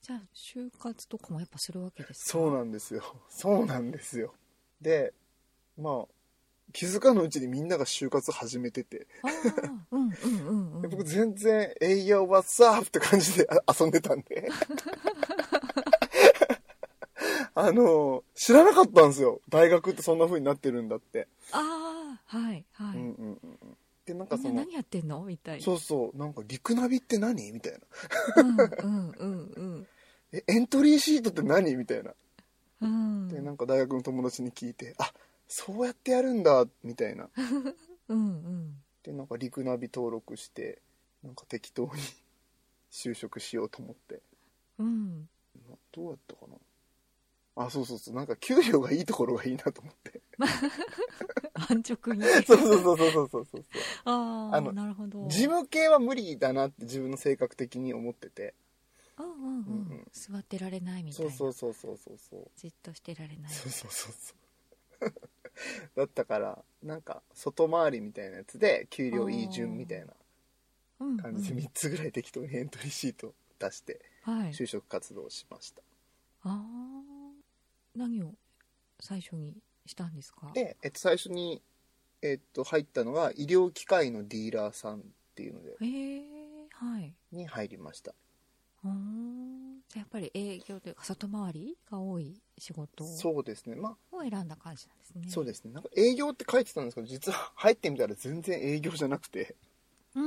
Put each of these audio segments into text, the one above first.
じゃあ就活とかもやっぱするわけですか？ そうなんですよ。そうなんですよ。で、まあ気づかぬうちにみんなが就活始めてて、 ああ、うんうんうんうん。 僕全然営業わっさーって感じで遊んでたんで知らなかったんですよ。大学ってそんな風になってるんだって。 ああ、はいはい。 うんうんうん。で、なんかみんな何やってんのみたいな。 そうそう、なんかリクナビって何みたいな。 うんうんうんうん。 エントリーシートって何みたいな。 うん、 で、なんか大学の友達に聞いて、あ、そうやってやるんだ、みたいな。 うんうん。 で、なんかリクナビ登録して、なんか適当に就職しようと思って。 うん。 どうやったかな。あ、そうそうそう、なんか給料がいいところがいいなと思って安直にそうそうそうそうそうそうそう。 ああ、なるほど。 事務系は無理だなって自分の性格的に思ってて、 うんうんうん、うん、座ってられないみたいな。 そうそうそうそうそう。 じっとしてられない。 そうそうそうそうだったからなんか外回りみたいなやつで給料いい順みたいな感じで3つぐらい適当にエントリーシート出して就職活動をしました。 ああ、何を最初にしたんですか？ で、最初に、入ったのが医療機械のディーラーさんっていうので、 はい、 に入りました。 じゃあやっぱり営業というか外回りが多い仕事そうですね、まあ、 を選んだ感じなんですね。 そうですね、なんか営業って書いてたんですけど、実は入ってみたら全然営業じゃなくて、 うん、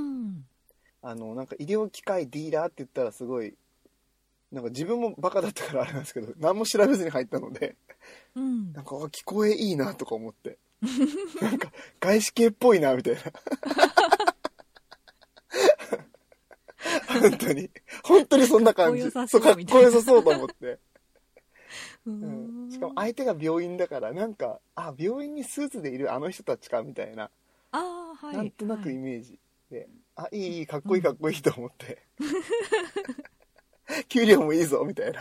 なんか医療機械ディーラーって言ったらすごいなんか自分もバカだったからあれなんですけど、何も調べずに入ったので、 うん、 なんか聞こえいいなとか思ってなんか外資系っぽいなみたいな本当にそんな感じ。そう、かっこよさそうと思ってうん、しかも相手が病院だからなんか病院にスーツでいるあの人たちかみたいな、 はい、 なんとなくイメージで、いいかっこいいかっこいいと思って給料もいいぞみたいな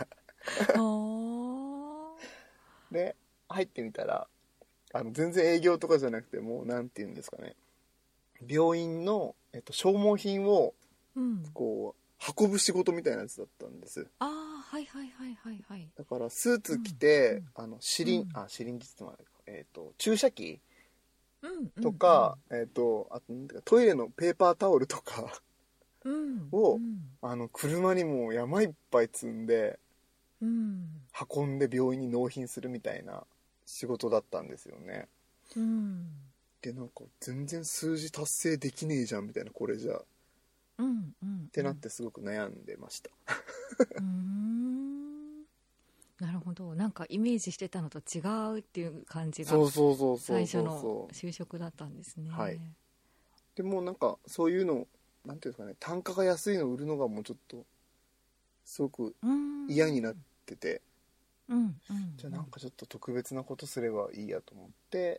で入ってみたら全然営業とかじゃなくて、もうなんていうんですかね、病院の、消耗品をこう運ぶ仕事みたいなやつだったんです。 はいはいはいはいはい。 だからスーツ着て、シリンジって注射器とか、あとトイレのペーパータオルとかを、車にもう山いっぱい積んで、運んで病院に納品するみたいな仕事だったんですよね。で、なんか全然数字達成できねえじゃんみたいな、これじゃってなってすごく悩んでましたなるほど。なんかイメージしてたのと違うっていう感じが最初の就職だったんですね。 はい。でもなんかそういうのなんていうんですかね、単価が安いの売るのがもうちょっとすごく嫌になってて、じゃあなんかちょっと特別なことすればいいやと思って、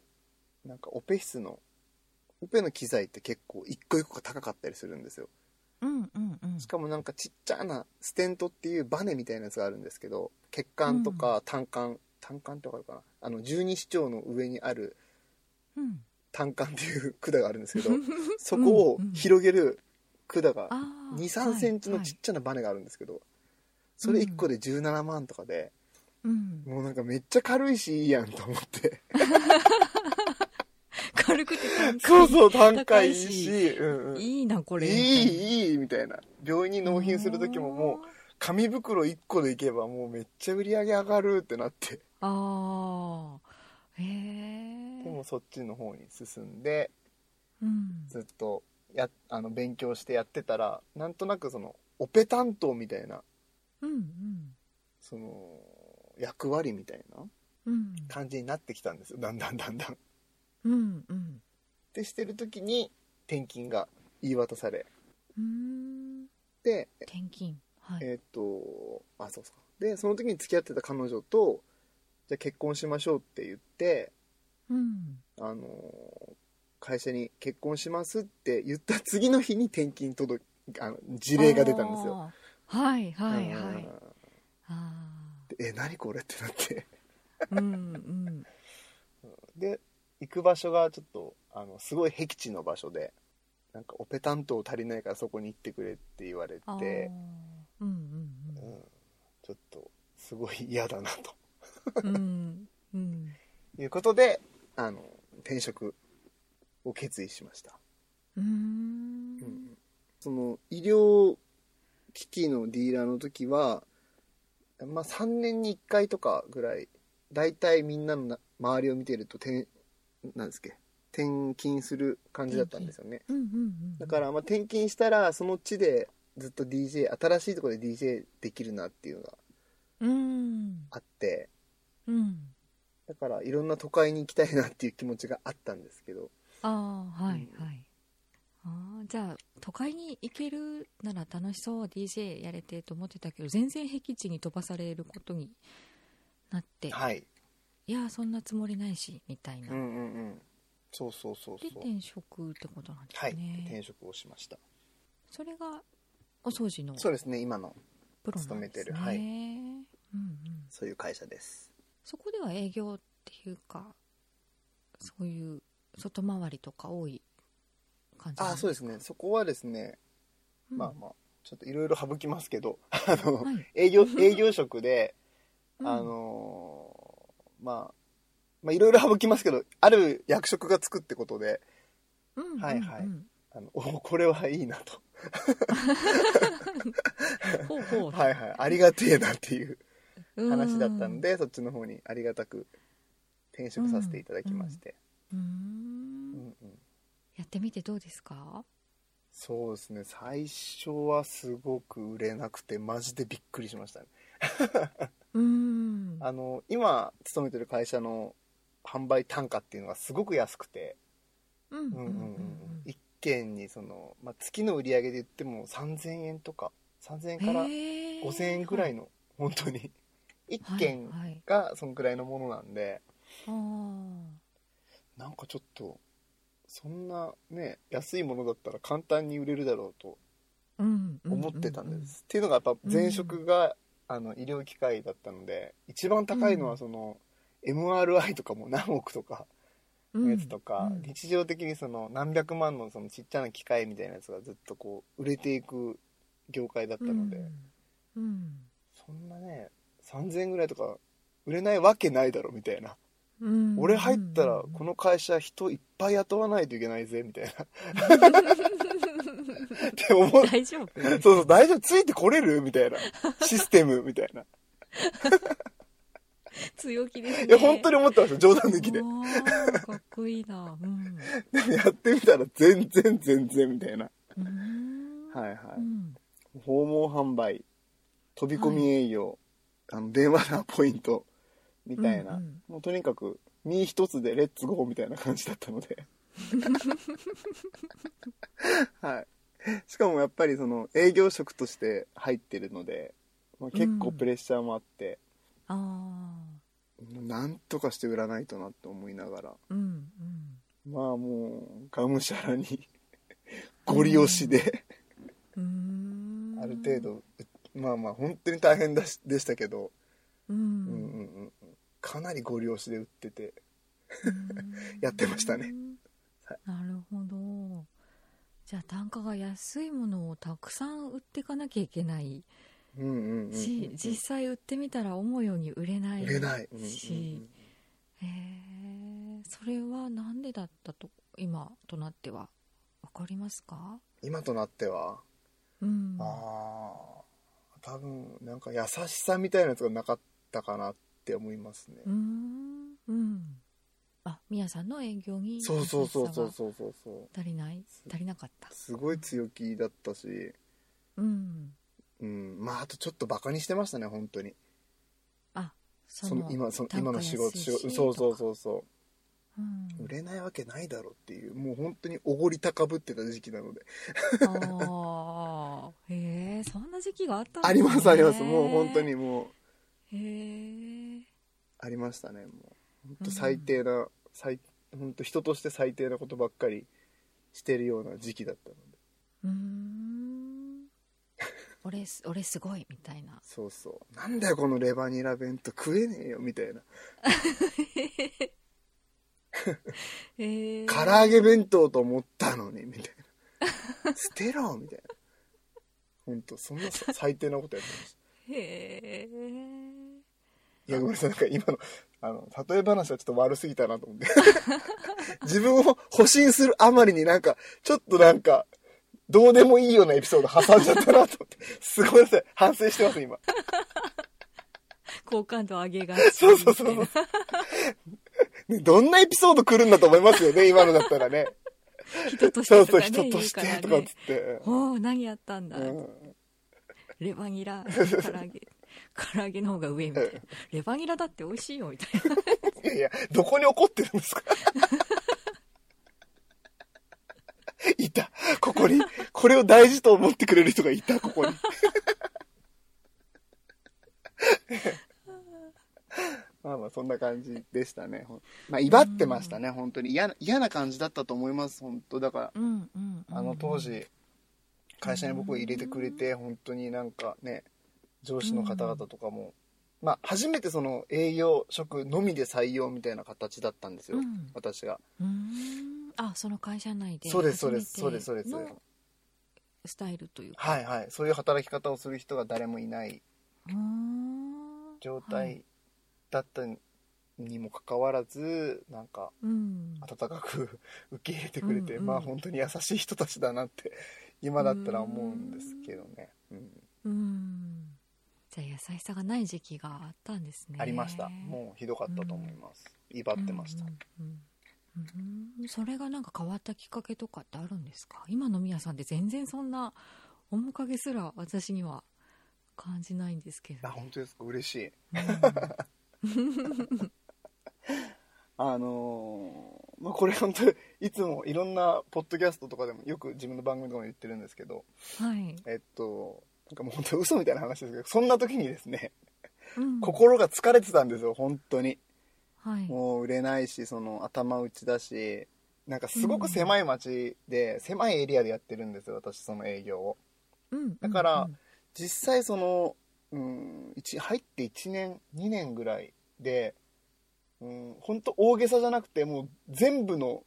なんかオペの機材って結構一個一個が高かったりするんですよ。しかもなんかちっちゃなステントっていうバネみたいなやつがあるんですけど、血管とか胆管ってわかるかな、十二指腸の上にある胆管っていう管があるんですけどそこを広げる管が2、3センチのちっちゃなバネがあるんですけど、それ1個で17万とかで、もうなんかめっちゃ軽いしいいやんと思って軽くて単価いいし、 いいなこれいいみたいな。病院に納品する時ももう紙袋1個でいけばもうめっちゃ売り上げ上がるってなって、でもそっちの方に進んで、ずっと勉強してやってたら、なんとなくそのオペ担当みたいな、その役割みたいな感じになってきたんですよ、だんだんってしてる時に転勤が言い渡され、で転勤、 そうですか。でその時に付き合ってた彼女と、じゃあ結婚しましょうって言って、会社に結婚しますって言った次の日に転勤事例が出たんですよ。 はいはいはい。 何これってなってで行く場所がちょっとすごい僻地の場所で、なんかオペ担当足りないからそこに行ってくれって言われて、 ちょっとすごい嫌だなとうんうん、 いうことで転職を決意しました。その医療機器のディーラーの時は、まあ、3年に1回とかぐらいだいたいみんなの周りを見てるとなんですっけ、転勤する感じだったんですよね。だからまあ転勤したらその地でずっと DJ 新しいところで DJ できるなっていうのがあって、だからいろんな都会に行きたいなっていう気持ちがあったんですけど、 はいはい、じゃあ都会に行けるなら楽しそう DJ やれてと思ってたけど、全然僻地に飛ばされることになって、 はい、 いやそんなつもりないしみたいな、 そうそうそうそう、 で転職ってことなんですね。はい、 転職をしました。 それがお掃除の、 そうですね、今のプロ勤めてる、 はい、 そういう会社です。 そこでは営業っていうかそういう外回りとか多い感じなんですか？ そうですね、そこはですね、まあまあちょっといろいろ省きますけど営業職でまあいろいろ省きますけど、ある役職がつくってことで、はいはい、これはいいなとはいはい、ありがてえなっていう話だったんで、そっちの方にありがたく転職させていただきまして、 やってみてどうですか？ そうですね、最初はすごく売れなくてマジでびっくりしましたね今勤めてる会社の販売単価っていうのがすごく安くて、1件に月の売り上げで言っても3000円とか3000円から5000円ぐらいの、本当に1件がそのくらいのものなんで、なんかちょっとそんなね安いものだったら簡単に売れるだろうと思ってたんです、っていうのがやっぱ前職が医療機械だったので、一番高いのはその、MRI とかも何億とかのやつとか、日常的にその何百万のそのちっちゃな機械みたいなやつがずっとこう売れていく業界だったので、そんなね3000円ぐらいとか売れないわけないだろみたいな、俺入ったらこの会社人いっぱい雇わないといけないぜみたいなって思う。 大丈夫？ そう大丈夫、ついてこれるみたいなシステムみたいな強気ですね。 いや本当に思ってました、冗談抜きで。 かっこいいな、 でもやってみたら全然みたいな。はいはい、訪問販売、飛び込み営業、電話のアポイントみたいな、もうとにかく身一つでレッツゴーみたいな感じだったのではい、しかもやっぱりその営業職として入ってるので、結構プレッシャーもあって、なんとかして売らないとなって思いながら、まあもうがむしゃらにゴリ押しである程度まあ本当に大変でしたけど、かなりゴリ押しで売っててやってましたね。 なるほど。じゃあ単価が安いものをたくさん売っていかなきゃいけないし、実際売ってみたら思うように売れないし、それはなんでだったと今となっては分かりますか？ 今となっては、多分なんか優しさみたいなやつがなかったかなって思いますね。 みやさんの営業に優しさが足りなかった。 すごい強気だったし、あとちょっとバカにしてましたね本当に。今の仕事そう、売れないわけないだろっていう、もう本当におごり高ぶってた時期なのでそんな時期があったんですね。 ありますあります、もう本当にもうありましたね。もう本当最低な、本当人として最低なことばっかりしてるような時期だったので俺すごいみたいな。 そうなんだよこのレバニラ弁当食えねえよみたいな唐揚げ弁当と思ったのにみたいな捨てろみたいな、本当そんな最低なことやってました。 いやごめんなさい、なんか今の例え話はちょっと悪すぎたなと思って自分を保身するあまりになんかちょっとなんかどうでもいいようなエピソード挟んじゃったなと思ってすごいなさい、反省してます今好感度上げがち。 そうね、どんなエピソード来るんだと思いますよね今のだったらね人としてとかね、 人としてとかっつって、 おお何やったんだ、レバニラ唐揚げの方が上みたいなレバニラだって美味しいよみたいな。 いやどこに怒ってるんですかいた、ここにこれを大事と思ってくれる人がいた、ここにまあそんな感じでしたね。威張ってましたね、本当に嫌な感じだったと思います、本当だから、当時会社に僕を入れてくれて、本当になんかね、上司の方々とかも、初めてその営業職のみで採用みたいな形だったんですよ、私が。 その会社内でそうですのスタイルというか、そういう働き方をする人が誰もいない状態だったにもかかわらず、なんか温かく受け入れてくれて、本当に優しい人たちだなって今だったら思うんですけどね。 じゃあ優しさがない時期があったんですね。 ありました。もうひどかったと思います。威張ってました。 それがなんか変わったきっかけとかってあるんですか？今のみやさんって全然そんな面影すら私には感じないんですけど。 本当ですか？嬉しい。これ本当にいつもいろんなポッドキャストとかでもよく自分の番組とかも言ってるんですけど、なんかもう本当嘘みたいな話ですけど、そんな時にですね、心が疲れてたんですよ、本当に。もう売れないし、その頭打ちだし、なんかすごく狭い町で、狭いエリアでやってるんですよ、私その営業を。だから、実際その、入って1年2年ぐらいで、本当大げさじゃなくて、もう全部の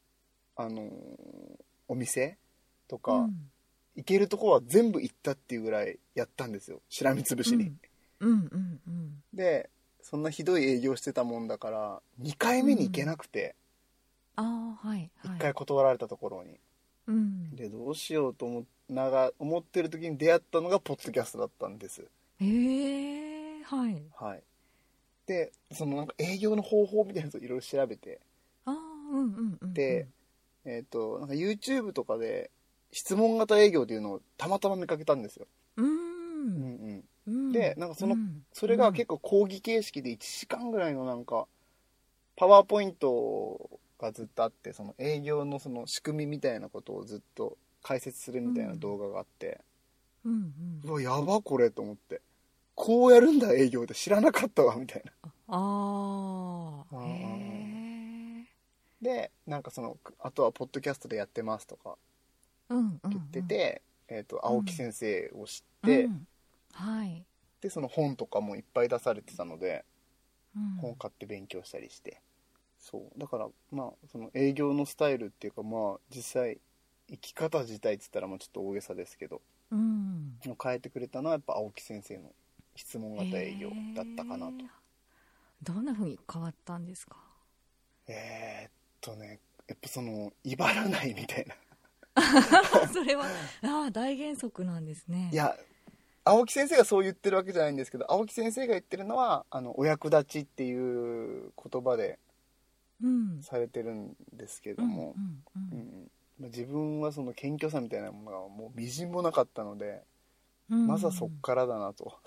お店とか、行けるとこは全部行ったっていうぐらいやったんですよ、しらみつぶしに。でそんなひどい営業してたもんだから2回目に行けなくて、1回断られたところに、でどうしようと思ってる時に出会ったのがポッドキャストだったんです。でそのなんか営業の方法みたいなやつをいろいろ調べて、でなんか YouTube とかで質問型営業っていうのをたまたま見かけたんですよ。でなんかそれが結構講義形式で1時間ぐらいのなんかパワーポイントがずっとあって、その営業のその仕組みみたいなことをずっと解説するみたいな動画があって、うわやばこれと思って、こうやるんだ営業って知らなかったわみたいな。でなんかそのあとはポッドキャストでやってますとか言ってて、青木先生を知って、でその本とかもいっぱい出されてたので、本買って勉強したりして、そうだからその営業のスタイルっていうか、実際生き方自体っつったらちょっと大げさですけど、変えてくれたのはやっぱ青木先生の質問型営業だったかなと。 どんな風に変わったんですか？ やっぱその威張らないみたいなそれは大原則なんですね。 いや青木先生がそう言ってるわけじゃないんですけど、青木先生が言ってるのはお役立ちっていう言葉でされてるんですけども、自分はその謙虚さみたいなものがもうみじんもなかったので、まずはそっからだなと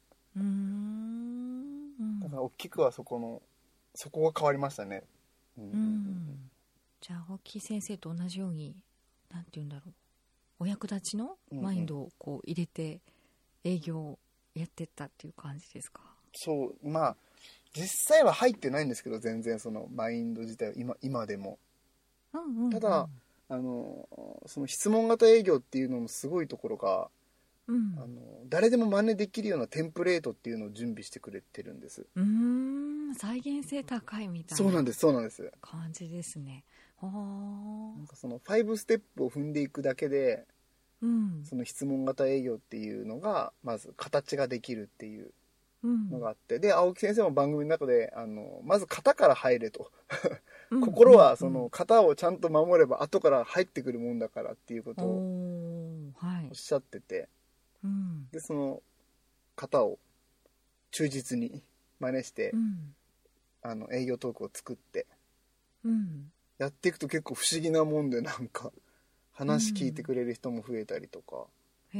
だから大きくはそこが変わりましたね。 じゃあ青木先生と同じようになんて言うんだろう、お役立ちのマインドをこう入れて営業をやってったっていう感じですか？ そう実際は入ってないんですけど、全然そのマインド自体は今でも、ただその質問型営業っていうののすごいところが、誰でも真似できるようなテンプレートっていうのを準備してくれてるんです。 再現性高いみたいな。 そうなんです感じですね。 なんかその5ステップを踏んでいくだけで、 うん、 その質問型営業っていうのがまず形ができるっていうのがあって、で青木先生も番組の中でまず型から入れと心はその型をちゃんと守れば後から入ってくるもんだからっていうことをおっしゃってて、でその型を忠実に真似して、営業トークを作って、やっていくと結構不思議なもんで、なんか話聞いてくれる人も増えたりとか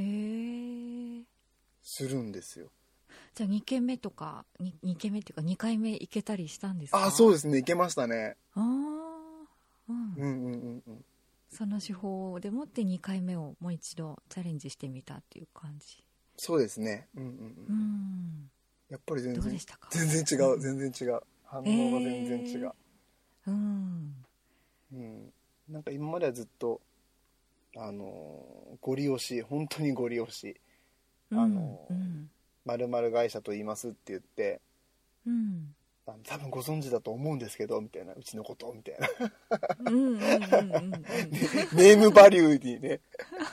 するんですよ。 じゃあ2軒目とか 2軒目っていうか2回目行けたりしたんですか？ そうですね、行けましたね。 その手法でもって2回目をもう一度チャレンジしてみたっていう感じ。 そうですね。やっぱり全然どうでしたか？ 全然違う、全然違う、反応が全然違う。なんか今まではずっとご利用し、本当にご利用し、〇〇会社と言いますって言って、多分ご存知だと思うんですけどみたいな、うちのことみたいなネームバリューにね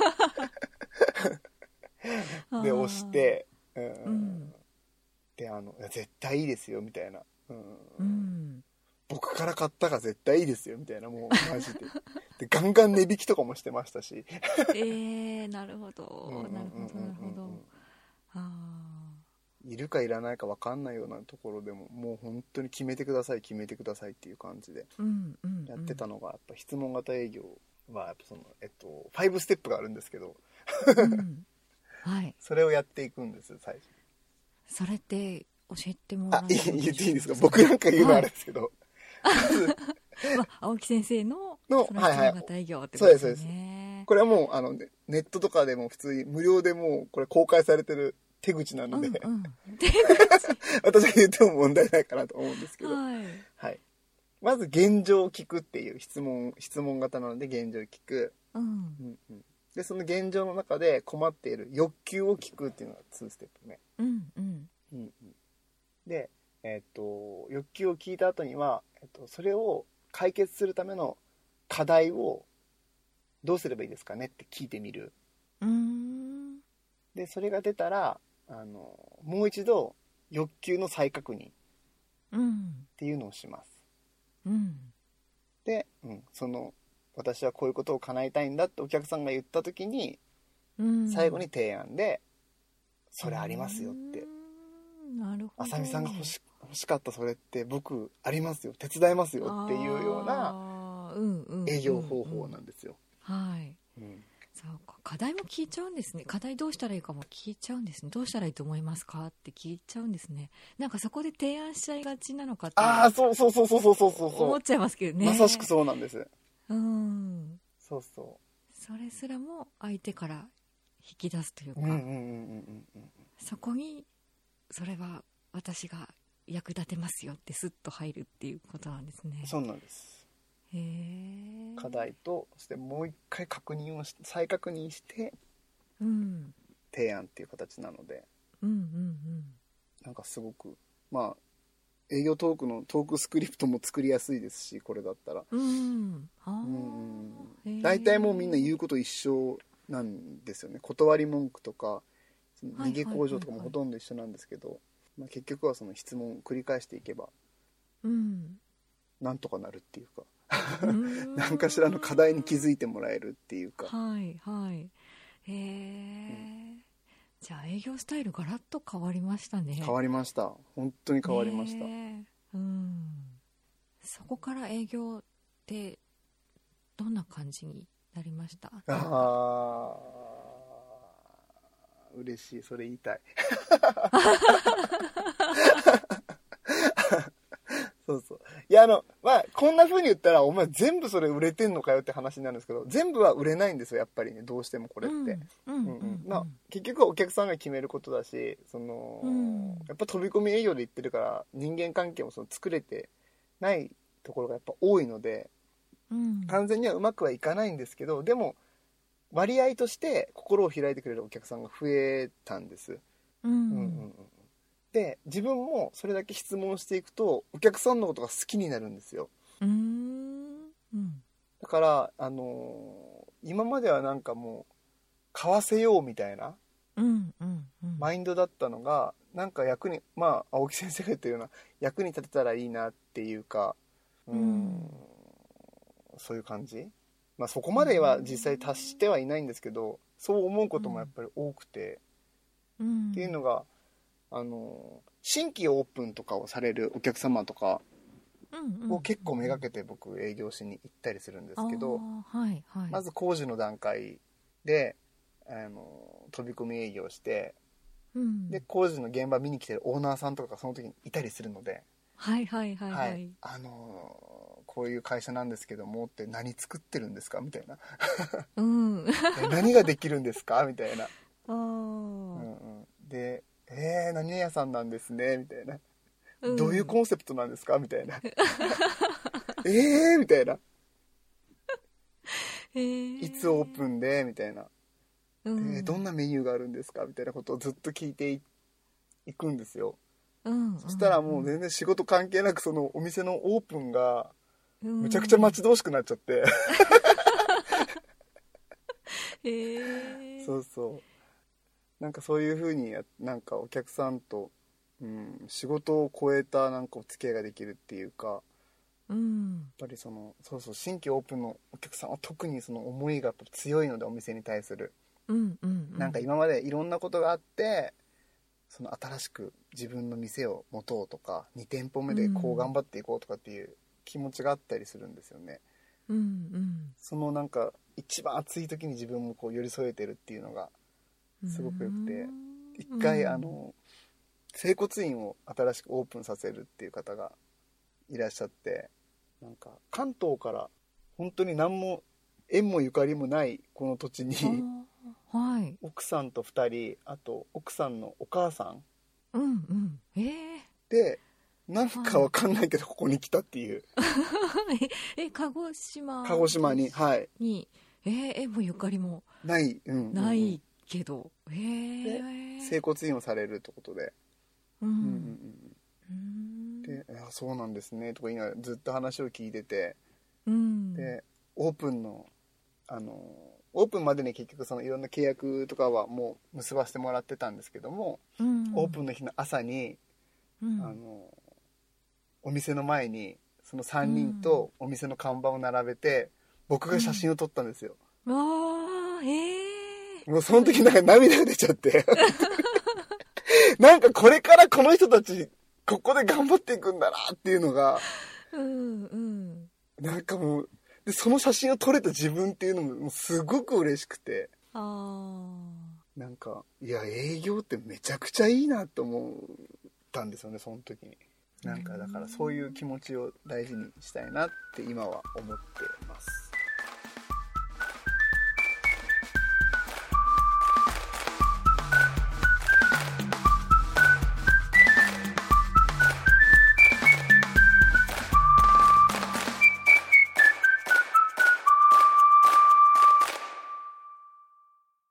で押して、で絶対いいですよみたいな、僕から買ったが絶対いいですよみたいな、もうマジででガンガン値引きとかもしてましたしなるほどなるほどなるほど。 いるかいらないか分かんないようなところでももう本当に決めてください決めてくださいっていう感じでやってたのが、やっぱ質問型営業はやっぱその5ステップがあるんですけどそれをやっていくんです最初。 それって教えてもらえる？ 言っていいんですか？僕なんか言うのはあれですけど、 青木先生のその質問型営業ってことですね。そうですそうです。 これはもうネットとかでも普通に無料でもうこれ公開されてる手口なので、私が言っても問題ないかなと思うんですけど、まず現状を聞くっていう質問型なので現状を聞く、でその現状の中で困っている欲求を聞くっていうのが2ステップ目、で、欲求を聞いた後には、それを解決するための課題をどうすればいいですかねって聞いてみる。でそれが出たらもう一度欲求の再確認っていうのをします。で、その私はこういうことを叶えたいんだってお客さんが言った時に、最後に提案でそれありますよって、あさみさんが欲しかったそれって僕ありますよ手伝いますよっていうような営業方法なんですよ。そうか、課題も聞いちゃうんですね。課題どうしたらいいかも聞いちゃうんですね。どうしたらいいと思いますかって聞いちゃうんですね。なんかそこで提案しちゃいがちなのかってそう思っちゃいますけどね。まさしくそうなんです。そうそれすらも相手から引き出すというか、そこにそれは私が役立てますよってスッと入るっていうことなんですね。 そうなんです。課題とそしてもう一回再確認して、提案っていう形なので、なんかすごく営業トークのトークスクリプトも作りやすいですし、これだったら大体もうみんな言うこと一緒なんですよね。断り文句とか逃げ工場とかもほとんど一緒なんですけど、結局はその質問を繰り返していけば、なんとかなるっていうか何かしらの課題に気づいてもらえるっていうか。 じゃあ営業スタイルガラッと変わりましたね。 変わりました。本当に変わりました。 そこから営業ってどんな感じになりました？ 嬉しい、それ言いたいそういやこんな風に言ったらお前全部それ売れてんのかよって話になるんですけど、全部は売れないんですよやっぱりね、どうしてもこれって結局はお客さんが決めることだし、やっぱ飛び込み営業で行ってるから人間関係も作れてないところがやっぱ多いので、完全にはうまくはいかないんですけど、でも割合として心を開いてくれるお客さんが増えたんです。で自分もそれだけ質問していくとお客さんのことが好きになるんですよ。だから今まではなんかもう買わせようみたいな、 うんうんうん、 マインドだったのがなんか役に、まあ青木先生が言ったような役に立てたらいいなっていうか、そういう感じ、まあ、そこまでは実際達してはいないんですけど、そう思うこともやっぱり多くて、っていうのが新規オープンとかをされるお客様とかを結構めがけて僕営業しに行ったりするんですけど、 はいはい、 まず工事の段階で飛び込み営業して、で工事の現場見に来てるオーナーさんとかがその時にいたりするので、 はいはいはいはい、 こういう会社なんですけどもって何作ってるんですかみたいな、何ができるんですかみたいな、で何屋さんなんですねみたいな、どういうコンセプトなんですかみたいなみたいな、いつオープンでみたいな、どんなメニューがあるんですかみたいなことをずっと聞いていくんですよ。そしたらもう全然仕事関係なくそのお店のオープンがめちゃくちゃ待ち遠しくなっちゃってそうそう、なんかそういう風になんかお客さんと、仕事を超えたなんかお付き合いができるっていうか、やっぱりそう新規オープンのお客さんは特にその思いが強いので、お店に対する、なんか今までいろんなことがあって、その新しく自分の店を持とうとか2店舗目でこう頑張っていこうとかっていう気持ちがあったりするんですよね。そのなんか一番暑い時に自分もこう寄り添えてるっていうのがすごくよくて、一回整骨院を新しくオープンさせるっていう方がいらっしゃって、なんか関東から本当に何も縁もゆかりもないこの土地に奥さんと2人、あと奥さんのお母さん、でなんかわかんないけどここに来たっていう鹿児島に、 縁もゆかりもない、 ないけど、 で整骨院をされるってことで、でそうなんですねとか言いながらずっと話を聞いてて、でオープンまでに結局そのいろんな契約とかはもう結ばせてもらってたんですけども、オープンの日の朝に、お店の前にその3人とお店の看板を並べて僕が写真を撮ったんですよ。もうその時なんか涙が出ちゃってなんかこれからこの人たちここで頑張っていくんだなっていうのが、なんかもうでその写真を撮れた自分っていうのもすごく嬉しくて、なんかいや営業ってめちゃくちゃいいなと思ったんですよね、その時に。なんかだからそういう気持ちを大事にしたいなって今は思ってます。